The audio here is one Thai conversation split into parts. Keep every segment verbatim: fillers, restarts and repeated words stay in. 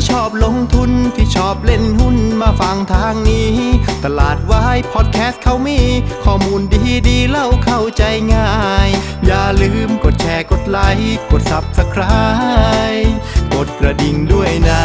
ที่ชอบลงทุนที่ชอบเล่นหุ้นมาฟังทางนี้ตลาดวายพอดแคสต์เขามีข้อมูลดีๆเล่าเข้าใจง่ายอย่าลืมกดแชร์กดไลค์กด ซับสไครบ์ กดกระดิ่งด้วยนะ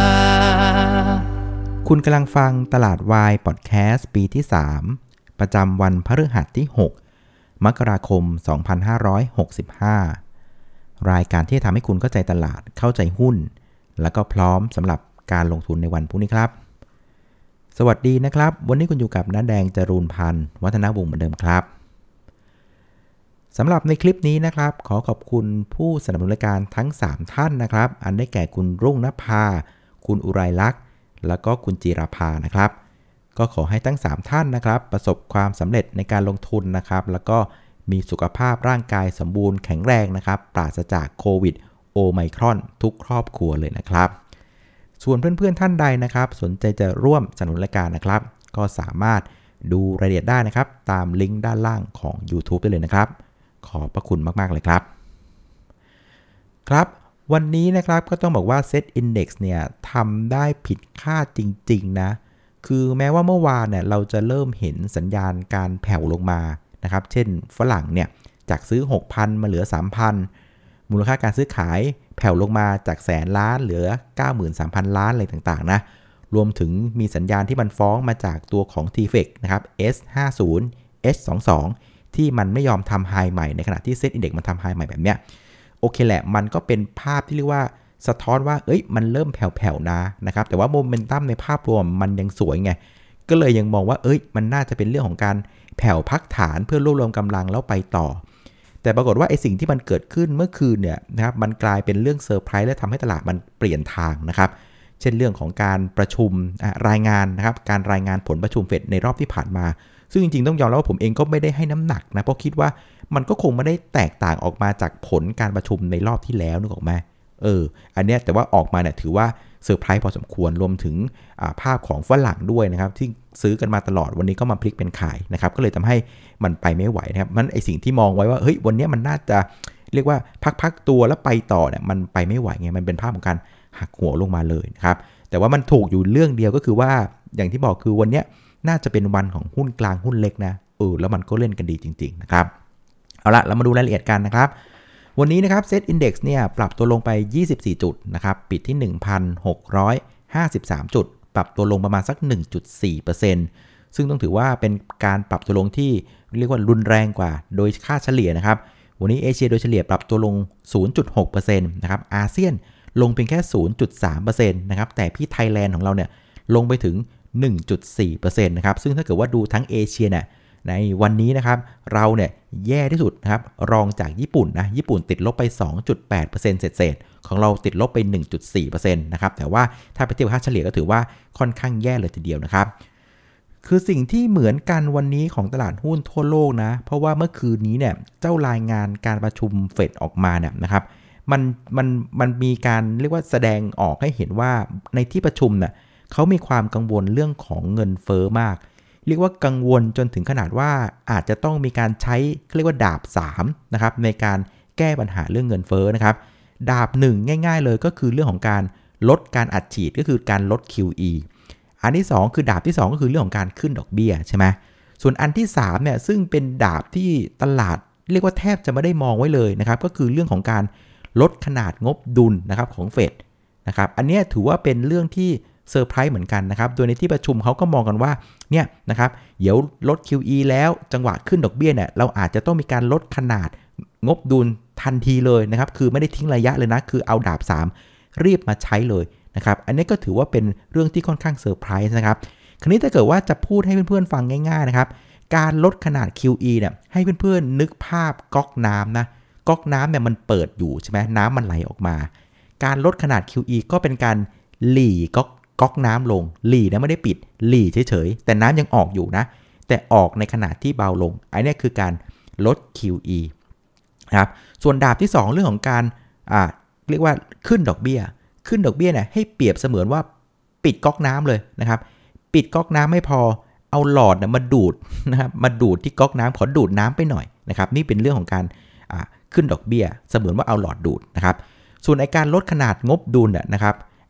คุณกำลังฟังตลาดวายพอดแคสต์ปีที่สามประจำวันพฤหัสที่หกมกราคมสองพันห้าร้อยหกสิบห้ารายการที่ทำให้คุณเข้าใจตลาดเข้าใจหุ้นแล้วก็พร้อมสำหรับการลงทุนในวันพรุ่งนี้ครับสวัสดีนะครับวันนี้คุณอยู่กับน้าแดงจรูนพันธ์วัฒนวงศ์เหมือนเดิมครับสำหรับในคลิปนี้นะครับขอขอบคุณผู้สนับสนุนรายการทั้งสามท่านนะครับอันได้แก่คุณรุ่งนภาคุณอุไรลักษณ์แล้วก็คุณจิราภานะครับก็ขอให้ทั้งสามท่านนะครับประสบความสำเร็จในการลงทุนนะครับแล้วก็มีสุขภาพร่างกายสมบูรณ์แข็งแรงนะครับปราศจากโควิดโอไมครอนทุกครอบครัวเลยนะครับส่วนเพื่อนๆท่านใดนะครับสนใจจะร่วมสนับสนุนรายการนะครับก็สามารถดูรายละเอียดได้นะครับตามลิงก์ด้านล่างของ YouTube ได้เลยนะครับขอบพระคุณมากๆเลยครับครับวันนี้นะครับก็ต้องบอกว่า Set Index เนี่ยทำได้ผิดคาดจริงๆนะคือแม้ว่าเมื่อวานเนี่ยเราจะเริ่มเห็นสัญญาณการแผ่วลงมานะครับเช่นฝรั่งเนี่ยจากซื้อ หกพัน มาเหลือ สามพัน มูลค่าการซื้อขายแผ่วลงมาจากแสนล้านเหลือ เก้าหมื่นสามพัน ล้านอะไรต่างๆนะรวมถึงมีสัญญาณที่มันฟ้องมาจากตัวของ ที เอฟ อี ซี นะครับ เอส ห้าสิบ เอส ยี่สิบสอง ที่มันไม่ยอมทำไฮใหม่ในขณะที่ Set Index มันทำไฮใหม่แบบเนี้ยโอเคแหละมันก็เป็นภาพที่เรียกว่าสะท้อนว่าเอ้ยมันเริ่มแผ่วๆนะนะครับแต่ว่าโมเมนตัมในภาพรวมมันยังสวยไงก็เลยยังมองว่าเอ้ยมันน่าจะเป็นเรื่องของการแผ่วพักฐานเพื่อรวบรวมกำลังแล้วไปต่อแต่ปรากฏว่าไอ้สิ่งที่มันเกิดขึ้นเมื่อคืนเนี่ยนะครับมันกลายเป็นเรื่องเซอร์ไพรส์และทำให้ตลาดมันเปลี่ยนทางนะครับเช่นเรื่องของการประชุมรายงานนะครับการรายงานผลประชุมเฟดในรอบที่ผ่านมาซึ่งจริงๆต้องยอมรับว่าผมเองก็ไม่ได้ให้น้ำหนักนะเพราะคิดว่ามันก็คงไม่ได้แตกต่างออกมาจากผลการประชุมในรอบที่แล้วนึกออกไหมเอออันเนี้ยแต่ว่าออกมาเนี่ยถือว่าเซอร์ไพรส์พอสมควรรวมถึงภาพของฝรั่งด้วยนะครับที่ซื้อกันมาตลอดวันนี้ก็มาพลิกเป็นขายนะครับก็เลยทำให้มันไปไม่ไหวนะครับมันไอสิ่งที่มองไว้ว่าเฮ้ยวันนี้มันน่าจะเรียกว่าพักๆตัวแล้วไปต่อเนี่ยมันไปไม่ไหวไงมันเป็นภาพของการหักหัวลงมาเลยนะครับแต่ว่ามันถูกอยู่เรื่องเดียวก็คือว่าอย่างที่บอกคือวันนี้น่าจะเป็นวันของหุ้นกลางหุ้นเล็กนะเออแล้วมันก็เล่นกันดีจริงๆนะครับเอาละเรามาดูรายละเอียดกันนะครับวันนี้นะครับ Set Index เนี่ยปรับตัวลงไปยี่สิบสี่จุดนะครับปิดที่ หนึ่งพันหกร้อยห้าสิบสาม จุดปรับตัวลงประมาณสัก หนึ่งจุดสี่เปอร์เซ็นต์ ซึ่งต้องถือว่าเป็นการปรับตัวลงที่เรียกว่ารุนแรงกว่าโดยค่าเฉลี่ยนะครับวันนี้เอเชียโดยเฉลี่ยปรับตัวลง ศูนย์จุดหกเปอร์เซ็นต์ นะครับอาเซียนลงเพียงแค่ ศูนย์จุดสามเปอร์เซ็นต์ นะครับแต่พี่ไทยแลนด์ของเราเนี่ยลงไปถึง หนึ่งจุดสี่เปอร์เซ็นต์ นะครับซึ่งถ้าเกิดว่าดูทั้งเอเชียเนี่ยในวันนี้นะครับเราเนี่ยแย่ที่สุดนะครับรองจากญี่ปุ่นนะญี่ปุ่นติดลบไป สองจุดแปดเปอร์เซ็นต์ เศษๆของเราติดลบไป หนึ่งจุดสี่เปอร์เซ็นต์ นะครับแต่ว่าถ้าไปเทียบค่าเฉลี่ยก็ถือว่าค่อนข้างแย่เลยทีเดียวนะครับคือสิ่งที่เหมือนกันวันนี้ของตลาดหุ้นทั่วโลกนะเพราะว่าเมื่อคืนนี้เนี่ยเจ้ารายงานการประชุมเฟดออกมาเนี่ยนะครับมันมันมันมีการเรียกว่าแสดงออกให้เห็นว่าในที่ประชุมเนี่ยเขามีความกังวลเรื่องของเงินเฟ้อมากเรียกว่ากังวลจนถึงขนาดว่าอาจจะต้องมีการใช้เรียกว่าดาบสามนะครับในการแก้ปัญหาเรื่องเงินเฟ้อนะครับดาบหนึ่งง่ายๆเลยก็คือเรื่องของการลดการอัดฉีดก็คือการลด คิว อี อันที่สองคือดาบที่สองก็คือเรื่องของการขึ้นดอกเบี้ยใช่ไหมส่วนอันที่สามเนี่ยซึ่งเป็นดาบที่ตลาดเรียกว่าแทบจะไม่ได้มองไว้เลยนะครับก็คือเรื่องของการลดขนาดงบดุลนะครับของเฟดนะครับอันนี้ถือว่าเป็นเรื่องที่เซอร์ไพรส์เหมือนกันนะครับโดยในที่ประชุมเขาก็มองกันว่าเนี่ยนะครับเดี๋ยวลด คิว อี แล้วจังหวะขึ้นดอกเบี้ยเนี่ยเราอาจจะต้องมีการลดขนาดงบดุลทันทีเลยนะครับคือไม่ได้ทิ้งระยะเลยนะคือเอาดาบสามรีบมาใช้เลยนะครับอันนี้ก็ถือว่าเป็นเรื่องที่ค่อนข้างเซอร์ไพรส์นะครับคราวนี้ถ้าเกิดว่าจะพูดให้เพื่อนๆฟังง่ายๆนะครับการลดขนาด คิว อี เนี่ยให้เพื่อนๆนึกภาพก๊อกน้ำนะก๊อกน้ำเนี่ยมันเปิดอยู่ใช่ไหมน้ำมันไหลออกมาการลดขนาด คิว อี ก็เป็นการหลีก๊อกก๊อกน้ำลงหลีนะไม่ได้ปิดหลีเฉยๆแต่น้ำยังออกอยู่นะแต่ออกในขนาดที่เบาลงอันนี้คือการลด คิว อี นะครับส่วนดาบที่สองเรื่องของการอ่าเรียกว่าขึ้นดอกเบี้ยขึ้นดอกเบี้ยเนี่ยให้เปรียบเสมือนว่าปิดก๊อกน้ำเลยนะครับปิดก๊อกน้ำไม่พอเอาหลอดนะมาดูดนะครับมาดูดที่ก๊อกน้ำขอดูดน้ำไปหน่อยนะครับนี่เป็นเรื่องของการอ่าขึ้นดอกเบี้ยเสมือนว่าเอาหลอดดูดนะครับส่วนในการลดขนาดงบดุลนะครับ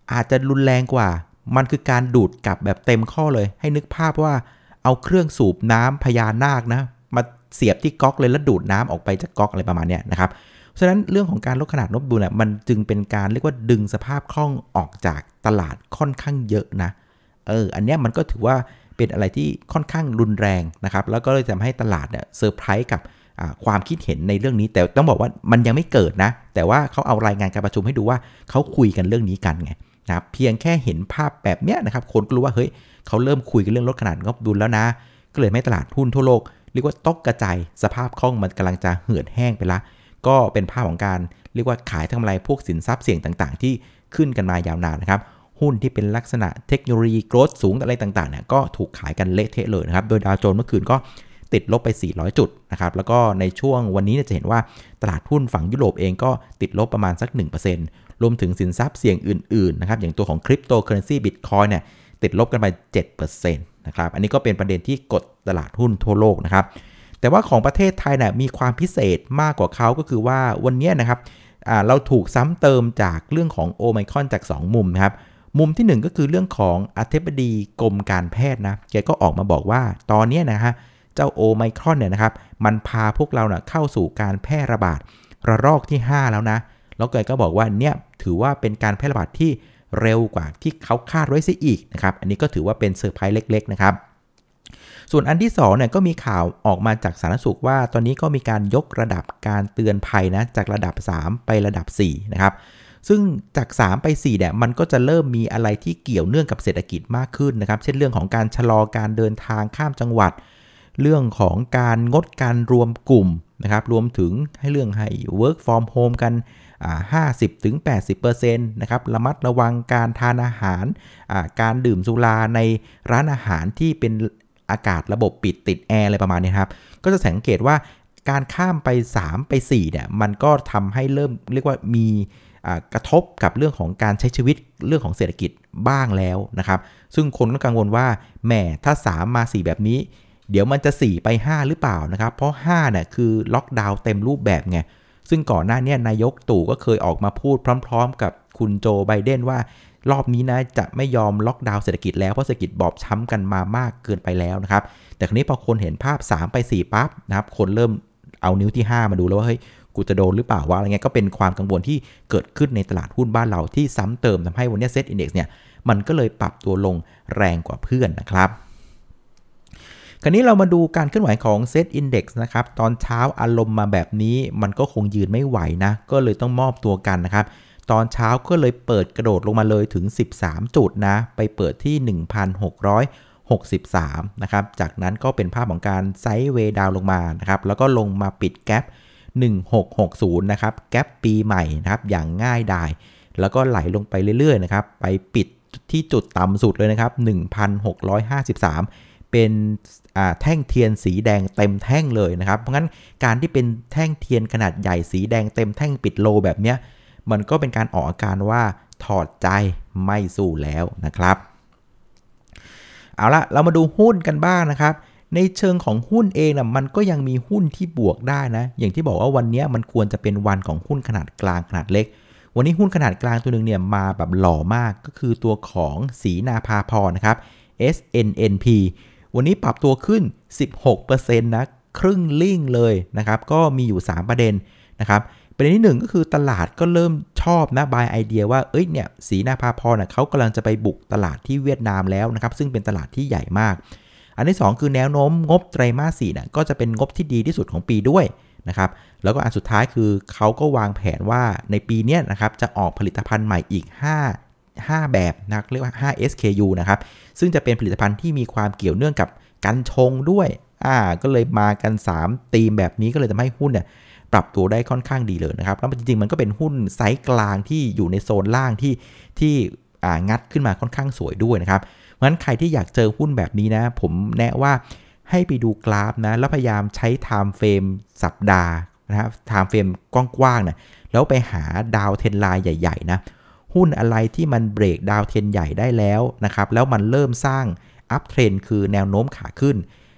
อาจจะรุนแรงกว่ามันคือการดูดกลับแบบเต็มข้อเลยให้นึกภาพว่าเอาเครื่องสูบน้ำพญานาคนะมาเสียบที่ก๊อกเลยแล้วดูดน้ำออกไปจากก๊อกอะไรประมาณนี้นะครับฉะนั้นเรื่องของการลดขนาดนกยูงเนี่ยมันจึงเป็นการเรียกว่าดึงสภาพคล่องออกจากตลาดค่อนข้างเยอะนะเอออันนี้มันก็ถือว่าเป็นอะไรที่ค่อนข้างรุนแรงนะครับแล้วก็เลยทำให้ตลาดเนี่ยเซอร์ไพรส์กับความคิดเห็นในเรื่องนี้แต่ต้องบอกว่ามันยังไม่เกิดนะแต่ว่าเขาเอารายงานการประชุมให้ดูว่าเขาคุยกันเรื่องนี้กันไงนะครับเพียงแค่เห็นภาพแบบเนี้ยนะครับคนก็รู้ว่าเฮ้ยเขาเริ่มคุยกันเรื่องลดขนาดงบดุลแล้วนะก็เลยให้ตลาดหุ้นทั่วโลกเรียกว่าตกกระจายสภาพคล่องมันกำลังจะเหือดแห้งไปละก็เป็นภาพของการเรียกว่าขายทำลายพวกสินทรัพย์เสี่ยงต่างๆที่ขึ้นกันมายาวนานนะครับหุ้นที่เป็นลักษณะเทคโนโลยีโกรทสูงอะไรต่างๆเนี่ยก็ถูกขายกันเละเทะเลยนะครับโดยดาวโจนส์เมื่อคืนก็ติดลบไปสี่ร้อยจุดนะครับแล้วก็ในช่วงวันนี้จะเห็นว่าตลาดหุ้นฝั่งยุโรปเองก็ติดลบประมาณสัก หนึ่งเปอร์เซ็นต์ รวมถึงสินทรัพย์เสี่ยงอื่นๆนะครับอย่างตัวของคริปโตเคอเรนซีบิตคอยน์เนี่ยติดลบกันไป เจ็ดเปอร์เซ็นต์ นะครับอันนี้ก็เป็นประเด็นที่กดตลาดหุ้นทั่วโลกนะครับแต่ว่าของประเทศไทยเนี่ยมีความพิเศษมากกว่าเขาก็คือว่าวันนี้นะครับเราถูกซ้ำเติมจากเรื่องของโอไมครอนจากสองมุมนะครับมุมที่หนึ่งก็คือเรื่องของอธิบดีกรมการแพทย์นะแกก็ออกมาบอกว่าตอนนี้นะฮะเจ้าโอไมครอนเนี่ยนะครับมันพาพวกเราเนี่ยเข้าสู่การแพร่ระบาดระลอกที่ห้าแล้วนะแล้วแกก็บอกว่าเนี่ยถือว่าเป็นการแพร่ระบาดที่เร็วกว่าที่เขาคาดไว้ซะอีกนะครับอันนี้ก็ถือว่าเป็นเซอร์ไพรส์เล็กๆนะครับส่วนอันที่สองเนี่ยก็มีข่าวออกมาจากสาธารณสุขว่าตอนนี้ก็มีการยกระดับการเตือนภัยนะจากระดับสามไประดับสี่นะครับซึ่งจากสามไปสี่เนี่ยมันก็จะเริ่มมีอะไรที่เกี่ยวเนื่องกับเศรษฐกิจมากขึ้นนะครับเช่นเรื่องของการชะลอการเดินทางข้ามจังหวัดเรื่องของการงดการรวมกลุ่มนะครับรวมถึงให้เรื่องให้ work from home กันห้าสิบถึงแปดสิบเปอร์เซ็นต์ นะครับระมัดระวังการทานอาหารการดื่มสุราในร้านอาหารที่เป็นอากาศระบบปิดติดแอร์อะไรประมาณนี้ครับก็จะสังเกตว่าการข้ามไปสามไปสี่เนี่ยมันก็ทำให้เริ่มเรียกว่ามีกระทบกับเรื่องของการใช้ชีวิตเรื่องของเศรษฐกิจบ้างแล้วนะครับซึ่งคนก็กังวลว่าแหมถ้าสามมาสี่แบบนี้เดี๋ยวมันจะสี่ไปห้าหรือเปล่านะครับเพราะห้าเนี่ยคือล็อกดาวน์เต็มรูปแบบไงซึ่งก่อนหน้านี้นายกตู่ก็เคยออกมาพูดพร้อมๆกับคุณโจไบเดนว่ารอบนี้นะจะไม่ยอมล็อกดาวน์เศรษฐกิจแล้วเพราะเศรษฐกิจบอบช้ำกันมามากเกินไปแล้วนะครับแต่คราวนี้พอคนเห็นภาพสามไปสี่ปั๊บนะครับคนเริ่มเอานิ้วที่ห้ามาดูแล้วว่าเฮ้ยกูจะโดนหรือเปล่าวะอะไรเงี้ยก็เป็นความกังวลที่เกิดขึ้นในตลาดหุ้นบ้านเราที่ซ้ำเติมทำให้วันนี้เซ็ตอินดี เอ็กซ์ เนี่ยมันก็เลยปรับตัวลงแรงกว่าเพื่อนนะครับคราวนี้เรามาดูการเคลื่อนไหวของเซ็ตอินดี เอ็กซ์ นะครับตอนเช้าอารมณ์มาแบบนี้มันก็คงยืนไม่ไหวนะก็เลยต้องมอบตัวกันนะครับตอนเช้าก็เลยเปิดกระโดดลงมาเลยถึงสิบสามจุดนะไปเปิดที่ หนึ่งพันหกร้อยหกสิบสาม นะครับจากนั้นก็เป็นภาพของการไซด์เวย์ดาวลงมานะครับแล้วก็ลงมาปิดแกปหนึ่งพันหกร้อยหกสิบนะครับแกปปีใหม่นะครับอย่างง่ายดายแล้วก็ไหลลงไปเรื่อยๆนะครับไปปิดที่จุดต่ำสุดเลยนะครับ หนึ่งพันหกร้อยห้าสิบสาม เป็นแท่งเทียนสีแดงเต็มแท่งเลยนะครับเพราะงั้นการที่เป็นแท่งเทียนขนาดใหญ่สีแดงเต็มแท่งปิดโลแบบเนี้ยมันก็เป็นการออกอาการว่าถอดใจไม่สู้แล้วนะครับเอาละเรามาดูหุ้นกันบ้าง นะครับในเชิงของหุ้นเองนะมันก็ยังมีหุ้นที่บวกได้นะอย่างที่บอกว่าวันนี้มันควรจะเป็นวันของหุ้นขนาดกลางขนาดเล็กวันนี้หุ้นขนาดกลางตัวนึงเนี่ยมาแบบหล่อมากก็คือตัวของศรีนาภาพรนะครับ เอส เอ็น เอ็น พี วันนี้ปรับตัวขึ้น สิบหกเปอร์เซ็นต์ นะครึ่งลิ่งเลยนะครับก็มีอยู่สามประเด็นนะครับประเด็นที่หนึ่งก็คือตลาดก็เริ่มชอบนะบายไอเดียว่าเอ้ยเนี่ยศรีนาภาพรน่ะเขากำลังจะไปบุกตลาดที่เวียดนามแล้วนะครับซึ่งเป็นตลาดที่ใหญ่มากอันที่สองคือแนวโน้มงบไตรมาสสี่น่ะก็จะเป็นงบที่ดีที่สุดของปีด้วยนะครับแล้วก็อันสุดท้ายคือเขาก็วางแผนว่าในปีนี้นะครับจะออกผลิตภัณฑ์ใหม่อีกห้า ห้าแบบนะเรียกว่าห้า เอส เค ยู นะครับซึ่งจะเป็นผลิตภัณฑ์ที่มีความเกี่ยวเนื่องกับกัญชงด้วยอ่าก็เลยมากันสามธีมแบบนี้ก็เลยทำให้หุ้นเนี่ยปรับตัวได้ค่อนข้างดีเลยนะครับแล้วจริงๆมันก็เป็นหุ้นไซส์กลางที่อยู่ในโซนล่างที่ที่อ่างัดขึ้นมาค่อนข้างสวยด้วยนะครับเพราะฉะนั้นใครที่อยากเจอหุ้นแบบนี้นะผมแนะว่าให้ไปดูกราฟนะแล้วพยายามใช้ time frame สัปดาห์นะครับ time frame กว้างๆนะแล้วไปหาดาวเทรนไลน์ใหญ่ๆนะหุ้นอะไรที่มันเบรกดาวเทรนใหญ่ได้แล้วนะครับแล้วมันเริ่มสร้างอัพเทรนคือแนวโน้มขาขึ้น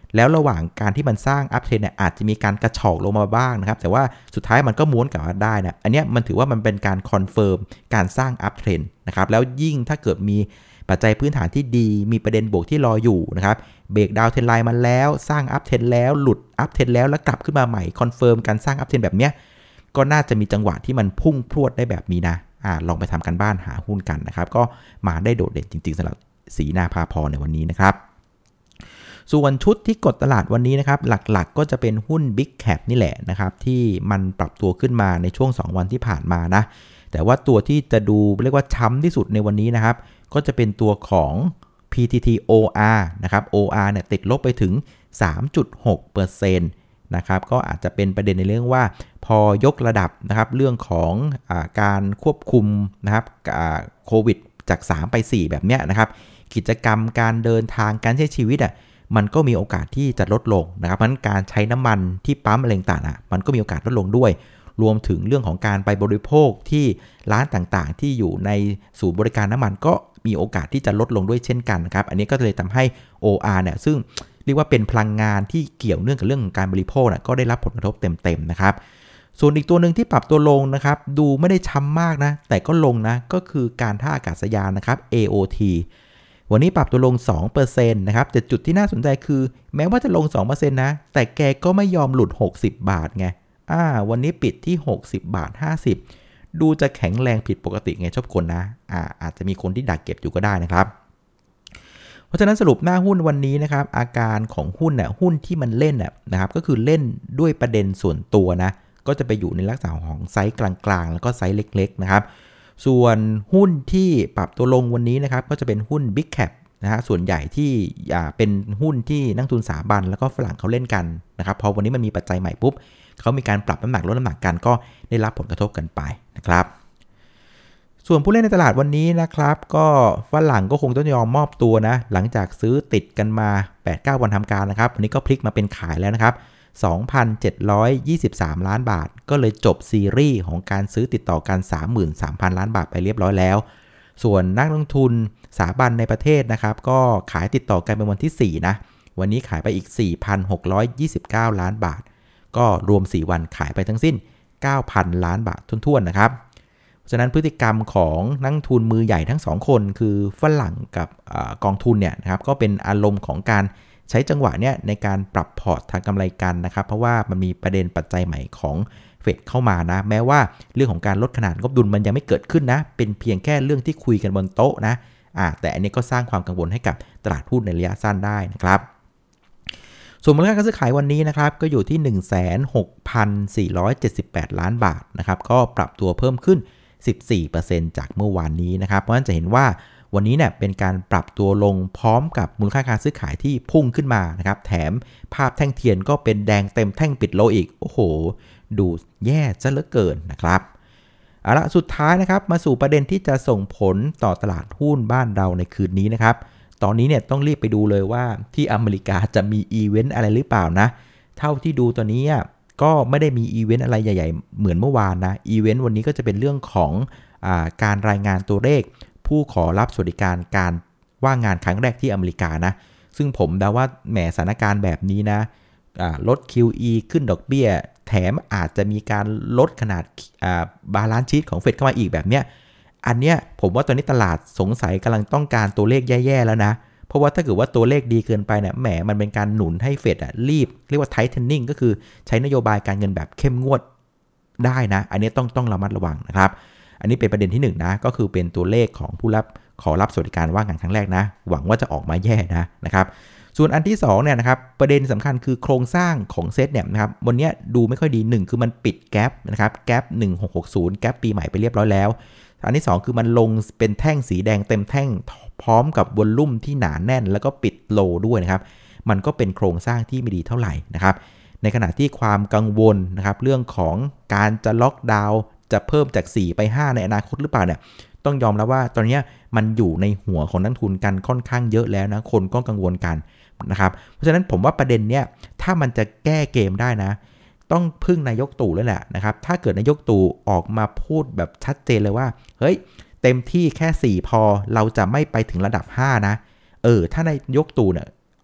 แล้วระหว่างการที่มันสร้างอัพเทรนเนี่ยอาจจะมีการกระฉอกลงมาบ้างนะครับแต่ว่าสุดท้ายมันก็ม้วนกลับมาได้นะอันนี้มันถือว่ามันเป็นการคอนเฟิร์มการสร้างอัพเทรนนะครับแล้วยิ่งถ้าเกิดมีปัจจัยพื้นฐานที่ดีมีประเด็นบวกที่รออยู่นะครับเบรกดาวน์เทรนไลน์มาแล้วสร้างอัพเทรนแล้วหลุดอัพเทรนแล้วแล้วกลับขึ้นมาใหม่คอนเฟิร์มการสร้างอัพเทรนแบบเนี้ยก็น่าจะมีจังหวะที่มันพุ่งพรวดได้แบบนี้นะอ่าลองไปทำกันบ้านหาหุ้นกันนะครับก็มาได้โดดเด่นจริงๆสำหรับศรีนาภาพรในวันนี้นะครับส่วนชุดที่กดตลาดวันนี้นะครับหลักๆก็จะเป็นหุ้น Big Cap นี่แหละนะครับที่มันปรับตัวขึ้นมาในช่วงสองวันที่ผ่านมานะแต่ว่าตัวที่จะดูเรียกว่าช้ำที่สุดในวันนี้นะครับก็จะเป็นตัวของ พี ที ที โอ อาร์ นะครับ โอ อาร์ เนี่ยติดลบไปถึง สามจุดหกเปอร์เซ็นต์ นะครับก็อาจจะเป็นประเด็นในเรื่องว่าพอยกระดับนะครับเรื่องของอาการควบคุมนะครับโควิดจากสามไปสี่แบบเนี้ยนะครับกิจกรรมการเดินทางการใช้ชีวิตอ่ะมันก็มีโอกาสที่จะลดลงนะครับเพราะฉะนั้นการใช้น้ำมันที่ปั๊มอะไรต่างๆอ่ะมันก็มีโอกาสลดลงด้วยรวมถึงเรื่องของการไปบริโภคที่ร้านต่างๆที่อยู่ในศูนย์บริการน้ำมันก็มีโอกาสที่จะลดลงด้วยเช่นกันครับอันนี้ก็เลยทำให้ โอ อาร์ เนี่ยซึ่งเรียกว่าเป็นพลังงานที่เกี่ยวเนื่องกับเรื่องของการบริโภคนะก็ได้รับผลกระทบเต็มๆนะครับส่วนอีกตัวหนึ่งที่ปรับตัวลงนะครับดูไม่ได้ช้ำมากนะแต่ก็ลงนะก็คือการท่าอากาศยานนะครับ เอ โอ ที วันนี้ปรับตัวลง สองเปอร์เซ็นต์ นะครับแต่จุดที่น่าสนใจคือแม้ว่าจะลง สองเปอร์เซ็นต์ นะแต่แกก็ไม่ยอมหลุดหกสิบบาทไงอ่าวันนี้ปิดที่หกสิบบาทห้าสิบดูจะแข็งแรงผิดปกติไงชอบคนนะอ่าอาจจะมีคนที่ดักเก็บอยู่ก็ได้นะครับเพราะฉะนั้นสรุปหน้าหุ้นวันนี้นะครับอาการของหุ้นน่ะหุ้นที่มันเล่นน่ะนะครับก็คือเล่นด้วยประเด็นส่วนตัวนะก็จะไปอยู่ในลักษณะของไซส์กลางๆแล้วก็ไซส์เล็กๆนะครับส่วนหุ้นที่ปรับตัวลงวันนี้นะครับก็จะเป็นหุ้น Big Cap นะฮะส่วนใหญ่ที่อ่าเป็นหุ้นที่นักทุนสถาบันแล้วก็ฝรั่งเขาเล่นกันนะครับพอวันนี้มันมีปัจจัยใหม่ปุ๊บเขามีการปรับน้ำหนักลดน้ำหนักกันก็ได้รับผลกระทบกันไปนะครับส่วนผู้เล่นในตลาดวันนี้นะครับก็ฝรั่งก็คงต้องยอมมอบตัวนะหลังจากซื้อติดกันมา แปดถึงเก้า วันทำการนะครับวันนี้ก็พลิกมาเป็นขายแล้วนะครับ สองพันเจ็ดร้อยยี่สิบสาม ล้านบาทก็เลยจบซีรีส์ของการซื้อติดต่อกัน สามหมื่นสามพัน ล้านบาทไปเรียบร้อยแล้วส่วนนักลงทุนสถาบันในประเทศนะครับก็ขายติดต่อกันเป็นวันที่สี่นะวันนี้ขายไปอีก สี่พันหกร้อยยี่สิบเก้า ล้านบาทก็รวมสี่วันขายไปทั้งสิ้น เก้าพัน ล้านบาททั่วๆนะครับเพราะฉะนั้นพฤติกรรมของนักทุนมือใหญ่ทั้งสองคนคือฝรั่งกับกองทุนเนี่ยนะครับก็เป็นอารมณ์ของการใช้จังหวะเนี้ยในการปรับพอร์ตทางกำไรกันนะครับเพราะว่ามันมีประเด็นปัจจัยใหม่ของเฟดเข้ามานะแม้ว่าเรื่องของการลดขนาดงบดุลมันยังไม่เกิดขึ้นนะเป็นเพียงแค่เรื่องที่คุยกันบนโต๊ะนะอ่าแต่อันนี้ก็สร้างความกังวลให้กับตลาดหุ้นในระยะสั้นได้นะครับส่วนมูลค่าการซื้อขายวันนี้นะครับก็อยู่ที่ หนึ่งแสนหกพันสี่ร้อยเจ็ดสิบแปด ล้านบาทนะครับก็ปรับตัวเพิ่มขึ้น สิบสี่เปอร์เซ็นต์ จากเมื่อวานนี้นะครับเพราะฉะนั้นจะเห็นว่าวันนี้เนี่ยเป็นการปรับตัวลงพร้อมกับมูลค่าการซื้อขายที่พุ่งขึ้นมานะครับแถมภาพแท่งเทียนก็เป็นแดงเต็มแท่งปิดโลอีกโอ้โหดูแย่ซะเหลือเกินนะครับเอาละสุดท้ายนะครับมาสู่ประเด็นที่จะส่งผลต่อตลาดหุ้นบ้านเราในคืนนี้นะครับตอนนี้เนี่ยต้องรีบไปดูเลยว่าที่อเมริกาจะมีอีเวนต์อะไรหรือเปล่านะเท่าที่ดูตอนนี้ก็ไม่ได้มีอีเวนต์อะไรใหญ่ๆเหมือนเมื่อวานนะอีเวนต์วันนี้ก็จะเป็นเรื่องของอ่าการรายงานตัวเลขผู้ขอรับสวัสดิการการว่างงานครั้งแรกที่อเมริกานะซึ่งผมเดาว่าแหมสถานการณ์แบบนี้นะลด คิว อี ขึ้นดอกเบี้ยแถมอาจจะมีการลดขนาดบาลานซ์ชีทของเฟดเข้ามาอีกแบบเนี้ยอันเนี้ยผมว่าตอนนี้ตลาดสงสัยกำลังต้องการตัวเลขแย่ๆแล้วนะเพราะว่าถ้าเกิดว่าตัวเลขดีเกินไปเนี่ยแหมมันเป็นการหนุนให้เฟดอ่ะรีบเรียกว่า tightening ก็คือใช้นโยบายการเงินแบบเข้มงวดได้นะอันนี้ต้องต้องระมัดระวังนะครับอันนี้เป็นประเด็นที่หนึ่งนะก็คือเป็นตัวเลขของผู้รับขอรับสวัสดิการว่างงานครั้งแรกนะหวังว่าจะออกมาแย่นะนะครับส่วนอันที่สองเนี่ยนะครับประเด็นสำคัญคือโครงสร้างของเซตเนี่ยนะครับวันนี้ดูไม่ค่อยดีหนึ่งคือมันปิดแกปนะครับแกปหนึ่งพันหกร้อยหกสิบแกปปีใหม่ไปเรียบร้อยแล้วอันที่สองคือมันลงเป็นแท่งสีแดงเต็มแท่งพร้อมกับวอลลุ่มที่หนาแน่นแล้วก็ปิดโลด้วยนะครับมันก็เป็นโครงสร้างที่ไม่ดีเท่าไหร่นะครับในขณะที่ความกังวลนะครับเรื่องของการจะล็อกดาวน์จะเพิ่มจากสี่ไปห้าในอนาคตหรือเปล่าเนี่ยต้องยอมรับว่าตอนนี้มันอยู่ในหัวของนักทุนกันค่อนข้างเยอะแล้วนะคนก็กังวลกันนะครับเพราะฉะนั้นผมว่าประเด็นเนี้ยถ้ามันจะแก้เกมได้นะต้องพึ่งนายกตู่แล้วแหละนะครับถ้าเกิดนายกตู่ออกมาพูดแบบชัดเจนเลยว่าเฮ้ยเต็มที่แค่สี่พอเราจะไม่ไปถึงระดับห้านะเออถ้านายกตู่เนี่ย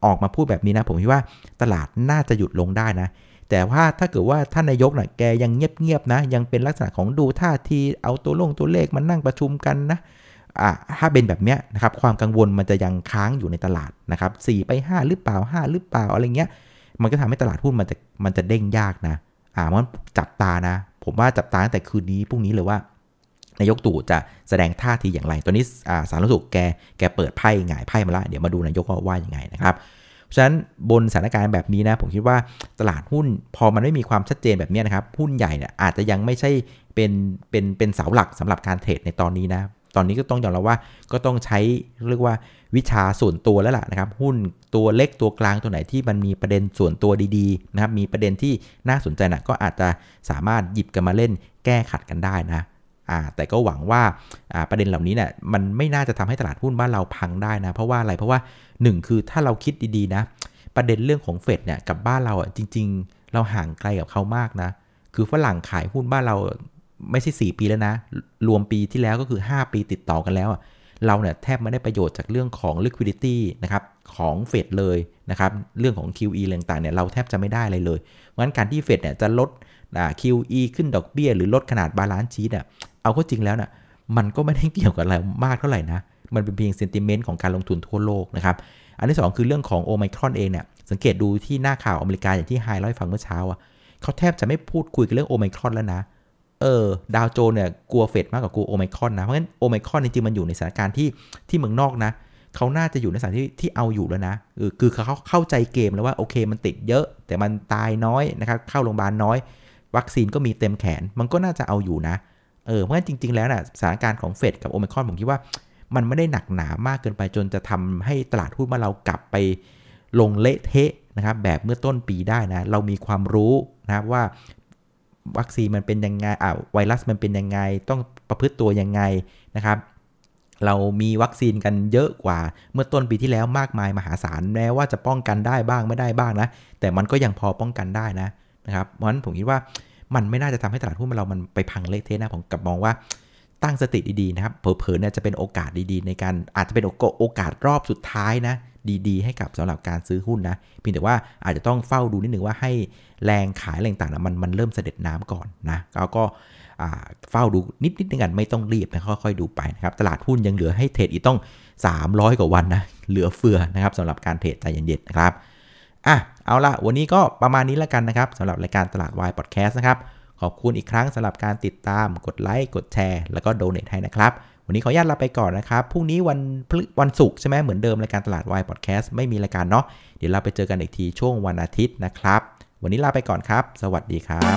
ออกมาพูดแบบนี้นะผมคิดว่าตลาดน่าจะหยุดลงได้นะแต่ว่าถ้าเกิดว่าท่านนายกน่ะแกยังเงียบๆนะยังเป็นลักษณะของดูท่าทีเอาตัวลงตัวเลขมานั่งประชุมกันนะอ่ะถ้าเป็นแบบเนี้ยนะครับความกังวลมันจะยังค้างอยู่ในตลาดนะครับสี่ไปห้าหรือเปล่าห้าหรือเปล่าอะไรเงี้ยมันก็ทำให้ตลาดหุ้นมันจะมันจะเด้งยากนะอ่ามันจับตานะผมว่าจับตาตั้งแต่คืนนี้พรุ่งนี้เลยว่านายกตู่จะแสดงท่าทีอย่างไรตอนนี้อ่าสาธารณสุขแกแกเปิดไพ่หงายไพ่มาละเดี๋ยวมาดูนายกว่ายังไงนะครับเพราะฉะนั้นบนสถานการณ์แบบนี้นะผมคิดว่าตลาดหุ้นพอมันไม่มีความชัดเจนแบบนี้นะครับหุ้นใหญ่เนี่ยอาจจะยังไม่ใช่เป็นเป็นเป็นเสาหลักสำหรับการเทรดในตอนนี้นะตอนนี้ก็ต้องยอมรับว่าก็ต้องใช้เรียกว่าวิชาส่วนตัวแล้วล่ะนะครับหุ้นตัวเล็กตัวกลางตัวไหนที่มันมีประเด็นส่วนตัวดีๆนะครับมีประเด็นที่น่าสนใจนะก็อาจจะสามารถหยิบกันมาเล่นแก้ขัดกันได้นะอ่าแต่ก็หวังว่าอ่าประเด็นเหล่านี้เนี่ยมันไม่น่าจะทำให้ตลาดหุ้นบ้านเราพังได้นะเพราะว่าอะไรเพราะว่าหนึ่งคือถ้าเราคิดดีๆนะประเด็นเรื่องของเฟดเนี่ยกับบ้านเราอ่ะจริงๆเราห่างไกลกับเขามากนะคือฝรั่งขายหุ้นบ้านเราไม่ใช่สี่ปีแล้วนะรวมปีที่แล้วก็คือห้าปีติดต่อกันแล้วเราเนี่ยแทบไม่ได้ประโยชน์จากเรื่องของ liquidity นะครับของเฟดเลยนะครับเรื่องของ คิว อี อะไรต่างๆเนี่ยเราแทบจะไม่ได้อะไรเลยเพราะฉะนั้นการที่เฟดเนี่ยจะลดอ่า คิว อี ขึ้นดอกเบี้ยหรือลดขนาด balance sheet อ่ะเอาเข้าจริงแล้วน่ะมันก็ไม่ได้เกี่ยวกับอะไรมากเท่าไหร่นะมันเป็นเพียง sentiment ของการลงทุนทั่วโลกนะครับอันที่สองคือเรื่องของโอไมครอนเองเนี่ยสังเกตดูที่หน้าข่าวอเมริกาอย่างที่ไฮไลท์ฟังเมื่อเช้าอ่ะเขาแทบจะไม่พูดคุยกันเรื่องโอไมครอนแล้วนะเออดาวโจนส์เนี่ยกลัวเฟดมากกว่ากลัวโอไมครอนนะเพราะงั้นโอไมครอนจริงๆมันอยู่ในสถานการณ์ที่ที่เมืองนอกนะเขาน่าจะอยู่ในสถานที่ที่เอาอยู่แล้วนะเออคือเขาเข้าใจเกมแล้วว่าโอเคมันติดเยอะแต่มันตายน้อยนะครับเข้าโรงพยาบาลน้อยวัคซีนก็มีเต็มแขนมันก็น่าจะเอาอยู่นะเออเพราะงั้นจริงๆแล้วนะสถานการณ์ของเฟดกับโอไมครอนผมคิดว่ามันไม่ได้หนักหนามากเกินไปจนจะทำให้ตลาดหุ้นบ้านเรากลับไปลงเละเทะนะครับแบบเมื่อต้นปีได้นะเรามีความรู้นะครับว่าวัคซีนมันเป็นยังไงอ่าไวรัสมันเป็นยังไงต้องประพฤติตัวยังไงนะครับเรามีวัคซีนกันเยอะกว่าเมื่อต้นปีที่แล้วมากมายมหาศาลแม้ว่าจะป้องกันได้บ้างไม่ได้บ้างนะแต่มันก็ยังพอป้องกันได้นะนะครับเพราะฉะนั้นผมคิดว่ามันไม่น่าจะทำให้ตลาดหุ้นเรามันไปพังเละเทะนะผมกลับมองว่าตั้งสติดีๆนะครับเผลอๆเนี่ยจะเป็นโอกาสดีๆในการอาจจะเป็นโอกาสรอบสุดท้ายนะดีๆให้กับสำหรับการซื้อหุ้นนะเพียงแต่ว่าอาจจะต้องเฝ้าดูนิดนึงว่าให้แรงขายแรงต่างๆมันมันเริ่มเสด็จน้ำก่อนนะแล้วก็เฝ้าดูนิดๆนึงกันไม่ต้องรีบนะค่อยๆดูไปนะครับตลาดหุ้นยังเหลือให้เทรดอีกต้องสามร้อยกว่าวันนะเหลือเฟือนะครับสำหรับการเทรดใจเย็นๆนะครับอ่ะเอาละวันนี้ก็ประมาณนี้แล้วกันนะครับสำหรับรายการตลาดวายพอดแคสต์นะครับขอบคุณอีกครั้งสำหรับการติดตามกดไลค์กดแชร์แล้วก็โดเนทให้นะครับวันนี้ขออนุญาตลาไปก่อนนะครับพรุ่งนี้วันวันศุกร์ใช่ไหมเหมือนเดิมรายการตลาดวายพอดแคสต์ไม่มีรายการเนาะเดี๋ยวเราไปเจอกันอีกทีช่วงวันอาทิตย์นะครับวันนี้ลาไปก่อนครับสวัสดีครับ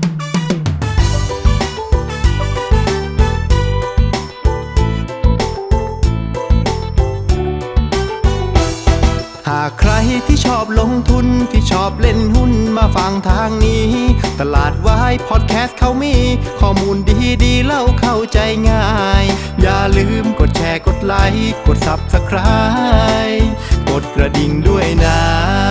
หากใครที่ชอบลงทุนที่ชอบเล่นหุ้นมาฟังทางนี้ตลาดวายพอดแคสต์เขามีข้อมูลดีๆเล่าเข้าใจง่ายอย่าลืมกดแชร์กดไลค์กด ซับสไครบ์ กดกระดิ่งด้วยนะ